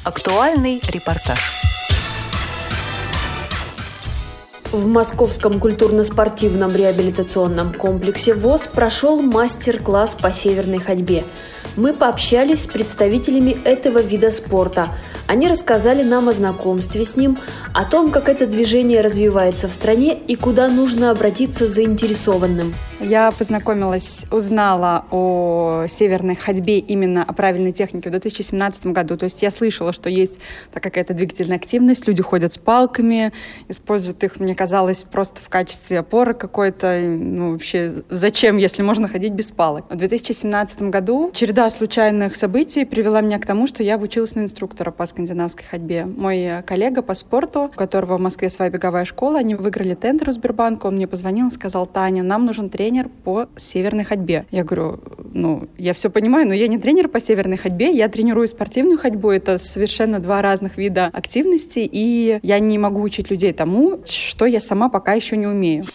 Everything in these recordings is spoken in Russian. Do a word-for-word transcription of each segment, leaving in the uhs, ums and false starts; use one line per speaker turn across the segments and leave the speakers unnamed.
Актуальный репортаж.
В Московском культурно-спортивном реабилитационном комплексе ВОС прошел мастер-класс по северной ходьбе. Мы пообщались с представителями этого вида спорта. Они рассказали нам о знакомстве с ним, о том, как это движение развивается в стране и куда нужно обратиться заинтересованным.
Я познакомилась, узнала о северной ходьбе, именно о правильной технике в две тысячи семнадцатом году. То есть я слышала, что есть какая-то двигательная активность, люди ходят с палками, используют их, мне казалось, просто в качестве опоры какой-то. Ну, вообще, зачем, если можно ходить без палок? В две тысячи семнадцатом году череда случайных событий привела меня к тому, что я обучилась на инструктора по скандинавской ходьбе. Мой коллега по спорту, у которого в Москве своя беговая школа, они выиграли тендер у Сбербанка, он мне позвонил и сказал: «Таня, нам нужен тренер по северной ходьбе». Я говорю: ну, я все понимаю, но я не тренер по северной ходьбе, я тренирую спортивную ходьбу, это совершенно два разных вида активности, и я не могу учить людей тому, что я сама пока еще не умею.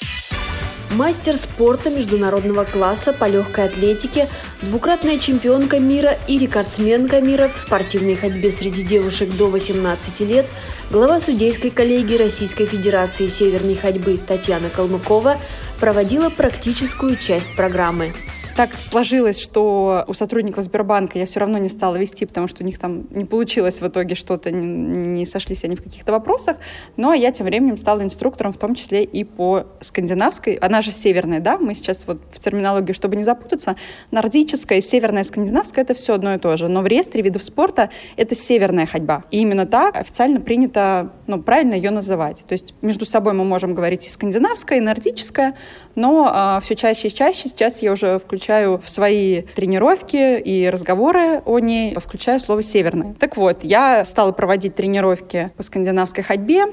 Мастер спорта международного класса по легкой атлетике, двукратная чемпионка мира и рекордсменка мира в спортивной ходьбе среди девушек до восемнадцати лет, глава судейской коллегии Российской Федерации северной ходьбы Татьяна Калмыкова проводила практическую часть программы.
Так сложилось, что у сотрудников Сбербанка я все равно не стала вести, потому что у них там не получилось в итоге что-то, не, не сошлись они в каких-то вопросах. Но я тем временем стала инструктором, в том числе и по скандинавской. Она же северная, да? Мы сейчас вот в терминологии, чтобы не запутаться, нордическая, северная, скандинавская — это все одно и то же. Но в реестре видов спорта это северная ходьба. И именно так официально принято, ну, правильно ее называть. То есть между собой мы можем говорить и скандинавская, и нордическая, но э, все чаще и чаще сейчас я уже включаю в свои тренировки и разговоры о ней, включаю слово «северная». Так вот, я стала проводить тренировки по скандинавской ходьбе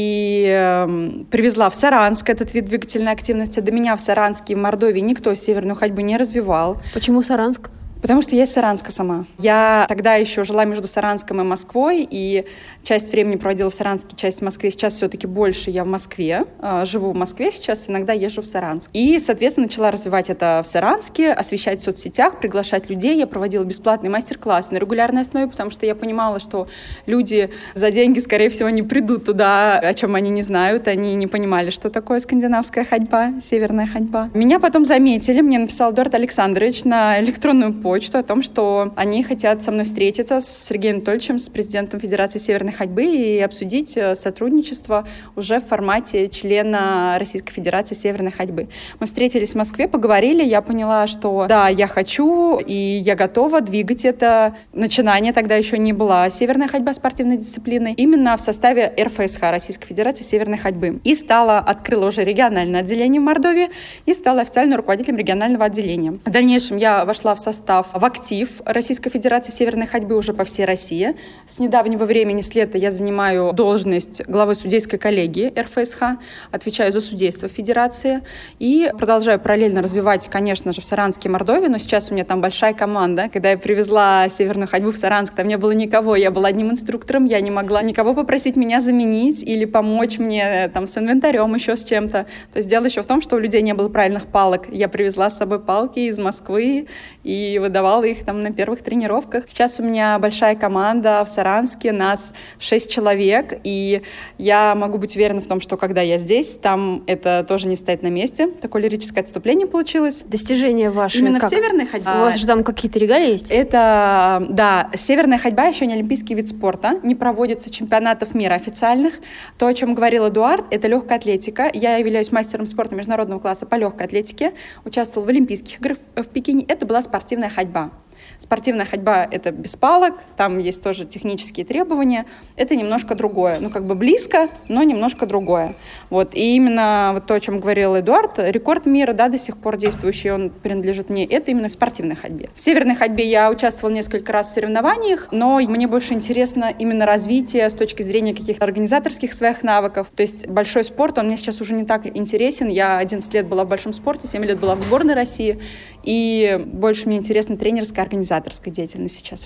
и э, привезла в Саранск этот вид двигательной активности. До меня в Саранске и в Мордовии никто северную ходьбу не развивал.
Почему Саранск?
Потому что я из Саранска сама. Я тогда еще жила между Саранском и Москвой, и часть времени проводила в Саранске, часть в Москве. Сейчас все-таки больше я в Москве, живу в Москве сейчас, иногда езжу в Саранск. И, соответственно, начала развивать это в Саранске, освещать в соцсетях, приглашать людей. Я проводила бесплатные мастер-классы на регулярной основе, потому что я понимала, что люди за деньги, скорее всего, не придут туда, о чем они не знают. Они не понимали, что такое скандинавская ходьба, северная ходьба. Меня потом заметили, мне написал Эдуард Александрович на электронную почту о том, что они хотят со мной встретиться с Сергеем Анатольевичем, с президентом Федерации северной ходьбы, и обсудить сотрудничество уже в формате члена Российской Федерации северной ходьбы. Мы встретились в Москве, поговорили, я поняла, что да, я хочу, и я готова двигать это начинание. Тогда еще не была северная ходьба спортивной дисциплиной, именно в составе эр эф эс ха, Российской Федерации северной ходьбы. И стала, открыла уже региональное отделение в Мордовии, и стала официальным руководителем регионального отделения. В дальнейшем я вошла в состав в актив Российской Федерации северной ходьбы уже по всей России. С недавнего времени, с лета, я занимаю должность главы судейской коллегии эр эф эс ха, отвечаю за судейство в Федерации и продолжаю параллельно развивать, конечно же, в Саранске и Мордовии, но сейчас у меня там большая команда. Когда я привезла северную ходьбу в Саранск, там не было никого, я была одним инструктором, я не могла никого попросить меня заменить или помочь мне там с инвентарем, еще с чем-то. То есть дело еще в том, что у людей не было правильных палок. Я привезла с собой палки из Москвы и выдавала их там на первых тренировках. Сейчас у меня большая команда в Саранске, нас шесть человек, и я могу быть уверена в том, что когда я здесь, там это тоже не стоит на месте. Такое лирическое отступление получилось.
Достижения ваши
именно
как?
В северной ходьбе.
У вас же там какие-то регалии есть?
Это, да, северная ходьба еще не олимпийский вид спорта, не проводится чемпионатов мира официальных. То, о чем говорил Эдуард, это легкая атлетика. Я являюсь мастером спорта международного класса по легкой атлетике, участвовала в Олимпийских играх в Пекине. Это была спортивная ходьба. Спортивная ходьба — это без палок, там есть тоже технические требования. Это немножко другое. Ну, как бы близко, но немножко другое. Вот. И именно вот то, о чем говорил Эдуард, рекорд мира, да, до сих пор действующий, он принадлежит мне, это именно в спортивной ходьбе. В северной ходьбе я участвовала несколько раз в соревнованиях, но мне больше интересно именно развитие с точки зрения каких-то организаторских своих навыков. То есть большой спорт, он мне сейчас уже не так интересен. Я одиннадцать лет была в большом спорте, семь лет была в сборной России, и больше мне интересна тренерская организация. Организаторской деятельности сейчас уже.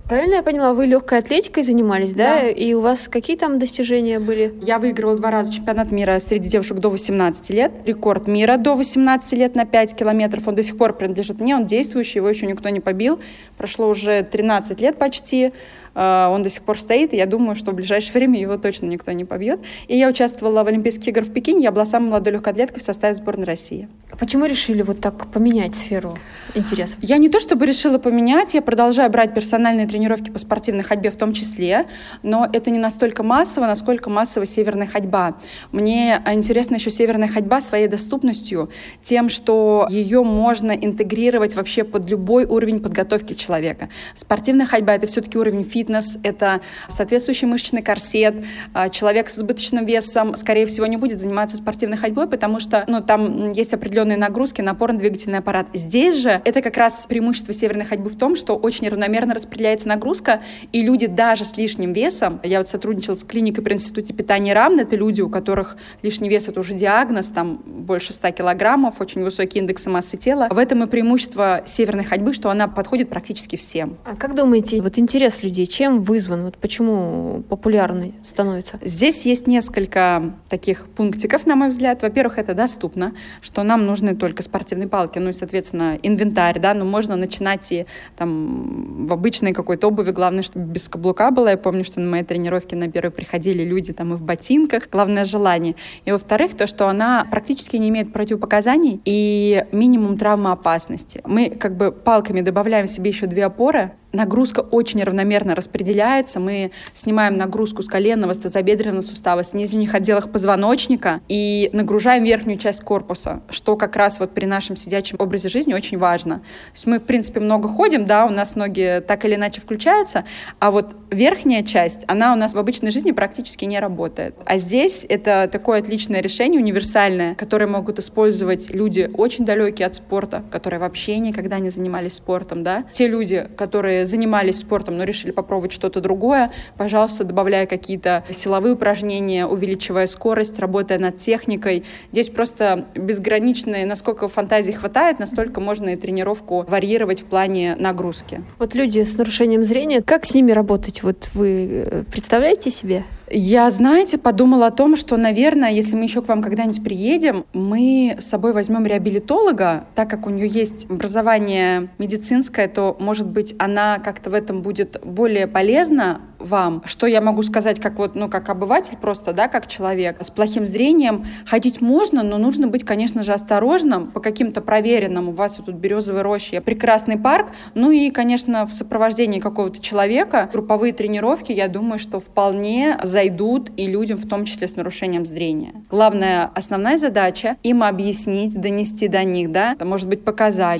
Правильно я поняла, вы легкой атлетикой занимались, да?
Да.
И у вас какие там достижения были?
Я выигрывала два раза чемпионат мира среди девушек до восемнадцати лет. Рекорд мира до восемнадцати лет на пять километров. Он до сих пор принадлежит мне, он действующий, его еще никто не побил. Прошло уже тринадцать лет почти. Он до сих пор стоит, и я думаю, что в ближайшее время его точно никто не побьет. И я участвовала в Олимпийских играх в Пекине, я была самой молодой легкоатлеткой в составе сборной России.
А почему решили вот так поменять сферу интересов?
Я не то чтобы решила поменять, я продолжаю брать персональные тренировки по спортивной ходьбе в том числе, но это не настолько массово, насколько массово северная ходьба. Мне интересна еще северная ходьба своей доступностью, тем, что ее можно интегрировать вообще под любой уровень подготовки человека. Спортивная ходьба — это все-таки уровень фитнеса, Фитнес, это соответствующий мышечный корсет. Человек с избыточным весом, скорее всего, не будет заниматься спортивной ходьбой, потому что ну, там есть определенные нагрузки на опорно-двигательный аппарат. Здесь же это как раз преимущество северной ходьбы в том, что очень равномерно распределяется нагрузка, и люди даже с лишним весом, я вот сотрудничала с клиникой при Институте питания РАМН, это люди, у которых лишний вес — это уже диагноз, там больше ста килограммов, очень высокий индекс массы тела. В этом и преимущество северной ходьбы, что она подходит практически всем.
А как думаете, вот интерес людей чем вызван? Вот почему популярный становится?
Здесь есть несколько таких пунктиков, на мой взгляд. Во-первых, это доступно, что нам нужны только спортивные палки, ну и, соответственно, инвентарь, да, но можно начинать и там в обычной какой-то обуви, главное, чтобы без каблука было. Я помню, что на моей тренировке на первой приходили люди там и в ботинках. Главное — желание. И, во-вторых, то, что она практически не имеет противопоказаний и минимум травмоопасности. Мы как бы палками добавляем себе еще две опоры, нагрузка очень равномерно распределяется. Мы снимаем нагрузку с коленного, с тазобедренного сустава, с нижних отделов позвоночника и нагружаем верхнюю часть корпуса, что как раз вот при нашем сидячем образе жизни очень важно. То есть мы, в принципе, много ходим, да, у нас ноги так или иначе включаются, а вот верхняя часть, она у нас в обычной жизни практически не работает. А здесь это такое отличное решение, универсальное, которое могут использовать люди очень далекие от спорта, которые вообще никогда не занимались спортом, да. Те люди, которые занимались спортом, но решили попробовать что-то другое, пожалуйста, добавляя какие-то силовые упражнения, увеличивая скорость, работая над техникой. Здесь просто безграничные, насколько фантазии хватает, настолько можно и тренировку варьировать в плане нагрузки.
Вот люди с нарушением зрения, как с ними работать? Вот вы представляете себе?
Я, знаете, подумала о том, что, наверное, если мы еще к вам когда-нибудь приедем, мы с собой возьмем реабилитолога, так как у нее есть образование медицинское, то, может быть, она как-то в этом будет более полезна вам. Что я могу сказать, как вот, ну, как обыватель просто, да, как человек с плохим зрением. Ходить можно, но нужно быть, конечно же, осторожным, по каким-то проверенным. У вас вот тут Березовая роща, прекрасный парк. Ну и, конечно, в сопровождении какого-то человека групповые тренировки, я думаю, что вполне зайдут и людям, в том числе с нарушением зрения. Главная, основная задача — им объяснить, донести до них, да, может быть, показать.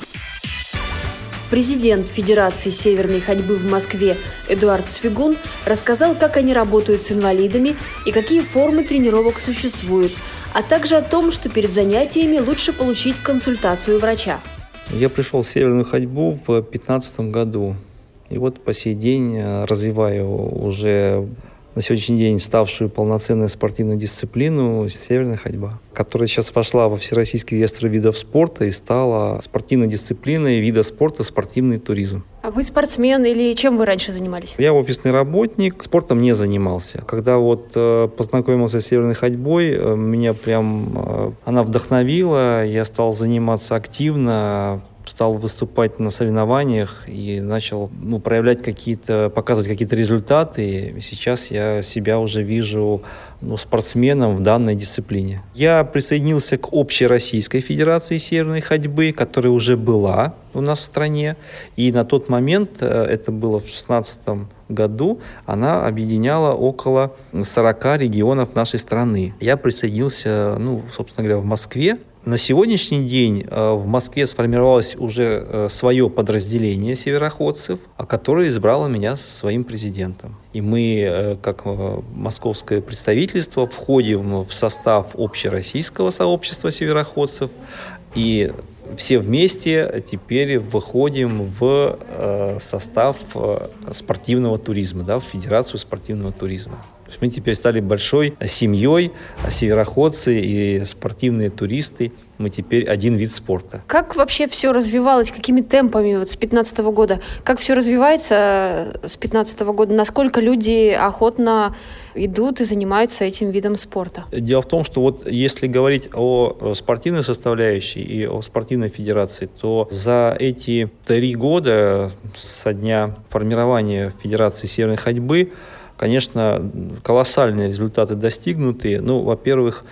Президент Федерации северной ходьбы в Москве Эдуард Цвигун рассказал, как они работают с инвалидами и какие формы тренировок существуют, а также о том, что перед занятиями лучше получить консультацию врача.
Я пришел в северную ходьбу в две тысячи пятнадцатом году. И вот по сей день развиваю уже на сегодняшний день ставшую полноценной спортивную дисциплину северная ходьба, которая сейчас вошла во Всероссийский реестр видов спорта и стала спортивной дисциплиной вида спорта спортивный туризм.
А вы спортсмен или чем вы раньше занимались?
Я офисный работник, спортом не занимался. Когда вот э, познакомился с северной ходьбой, э, меня прям э, она вдохновила, я стал заниматься активно, стал выступать на соревнованиях и начал ну, проявлять какие-то, показывать какие-то результаты. И сейчас я себя уже вижу ну, спортсменом в данной дисциплине. Я присоединился к Общероссийской Федерации северной ходьбы, которая уже была у нас в стране. И на тот момент, это было в две тысячи шестнадцатом году, она объединяла около сорока регионов нашей страны. Я присоединился, ну, собственно говоря, в Москве. На сегодняшний день в Москве сформировалось уже свое подразделение североходцев, которое избрало меня своим президентом. И мы, как московское представительство, входим в состав общероссийского сообщества североходцев и все вместе теперь выходим в состав спортивного туризма, да, в Федерацию спортивного туризма. Мы теперь стали большой семьей, североходцы и спортивные туристы. Мы теперь один вид спорта.
Как вообще все развивалось, какими темпами вот с пятнадцатого года? Как все развивается с пятнадцатого года? Насколько люди охотно идут и занимаются этим видом спорта?
Дело в том, что вот если говорить о спортивной составляющей и о спортивной федерации, то за эти три года со дня формирования Федерации северной ходьбы, конечно, колоссальные результаты достигнуты. Ну, во-первых,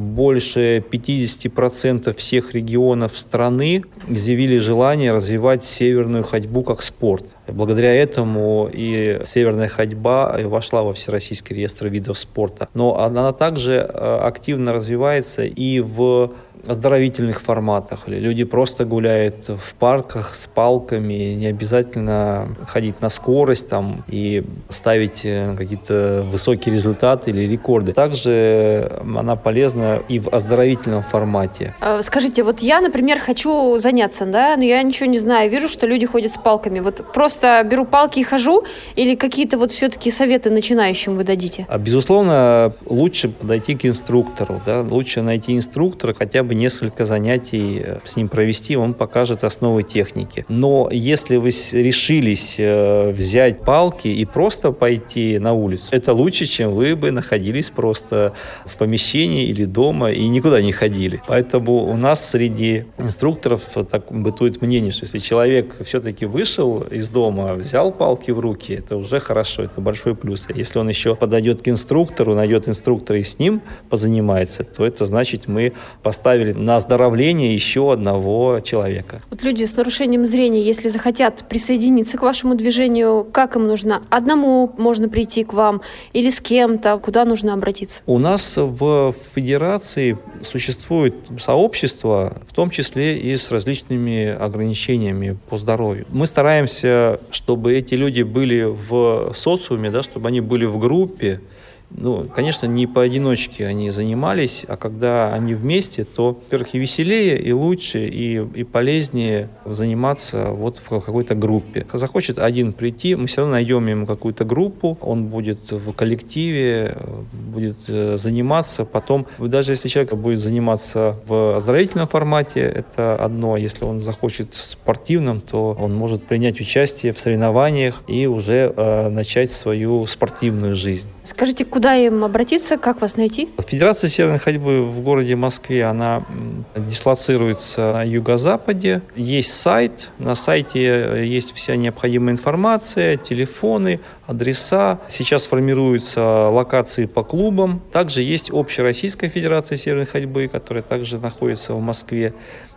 больше пятьдесят процентов всех регионов страны изъявили желание развивать северную ходьбу как спорт. Благодаря этому и северная ходьба вошла во Всероссийский реестр видов спорта. Но она также активно развивается и в оздоровительных форматах. Люди просто гуляют в парках с палками, не обязательно ходить на скорость там, и ставить какие-то высокие результаты или рекорды. Также она полезна и в оздоровительном формате.
Скажите, вот я, например, хочу заняться, да, но я ничего не знаю, вижу, что люди ходят с палками. Вот просто беру палки и хожу, или какие-то вот все-таки советы начинающим вы дадите?
Безусловно, лучше подойти к инструктору, да, лучше найти инструктора, хотя бы несколько занятий с ним провести, он покажет основы техники. Но если вы решились взять палки и просто пойти на улицу, это лучше, чем вы бы находились просто в помещении или дома и никуда не ходили. Поэтому у нас среди инструкторов так бытует мнение, что если человек все-таки вышел из дома, взял палки в руки, это уже хорошо, это большой плюс. А если он еще подойдет к инструктору, найдет инструктора и с ним позанимается, то это значит, мы поставили на оздоровление еще одного человека.
Вот люди с нарушением зрения, если захотят присоединиться к вашему движению, как им нужно? Одному можно прийти к вам или с кем-то? Куда нужно обратиться?
У нас в федерации существует сообщество, в том числе и с различными ограничениями по здоровью. Мы стараемся, чтобы эти люди были в социуме, да, чтобы они были в группе. Ну, конечно, не поодиночке они занимались, а когда они вместе, то, во-первых, и веселее, и лучше, и, и полезнее заниматься вот в какой-то группе. Если захочет один прийти, мы все равно найдем ему какую-то группу, он будет в коллективе, будет заниматься. Потом, даже если человек будет заниматься в оздоровительном формате, это одно. Если он захочет в спортивном, то он может принять участие в соревнованиях и уже э, начать свою спортивную жизнь.
Скажите, куда им обратиться, как вас найти?
Федерация северной ходьбы в городе Москве, она дислоцируется на юго-западе. Есть сайт, на сайте есть вся необходимая информация, телефоны, адреса. Сейчас формируются локации по клубам. Также есть Общероссийская федерация северной ходьбы, которая также находится в Москве.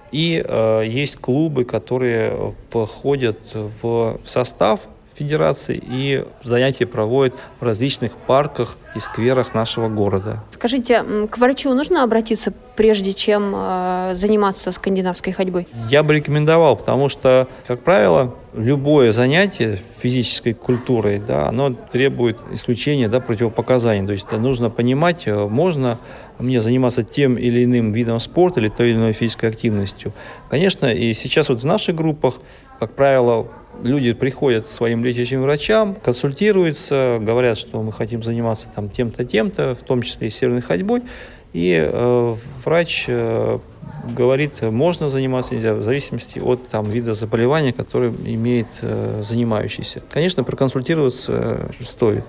И э, есть клубы, которые входят в состав федерации и занятия проводят в различных парках и скверах нашего города.
Скажите, к врачу нужно обратиться, прежде чем э, заниматься скандинавской ходьбой?
Я бы рекомендовал, потому что, как правило, любое занятие физической культурой, да, оно требует исключения, да, противопоказаний. То есть да, нужно понимать, можно мне заниматься тем или иным видом спорта или той или иной физической активностью. Конечно, и сейчас вот в наших группах, как правило, люди приходят к своим лечащим врачам, консультируются, говорят, что мы хотим заниматься там тем-то, тем-то, в том числе и северной ходьбой. И э, врач э, говорит, можно заниматься, нельзя, в зависимости от там, вида заболевания, который имеет э, занимающийся. Конечно, проконсультироваться стоит.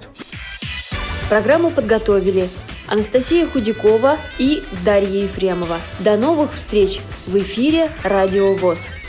Программу подготовили Анастасия Худякова и Дарья Ефремова. До новых встреч в эфире Радио ВОС.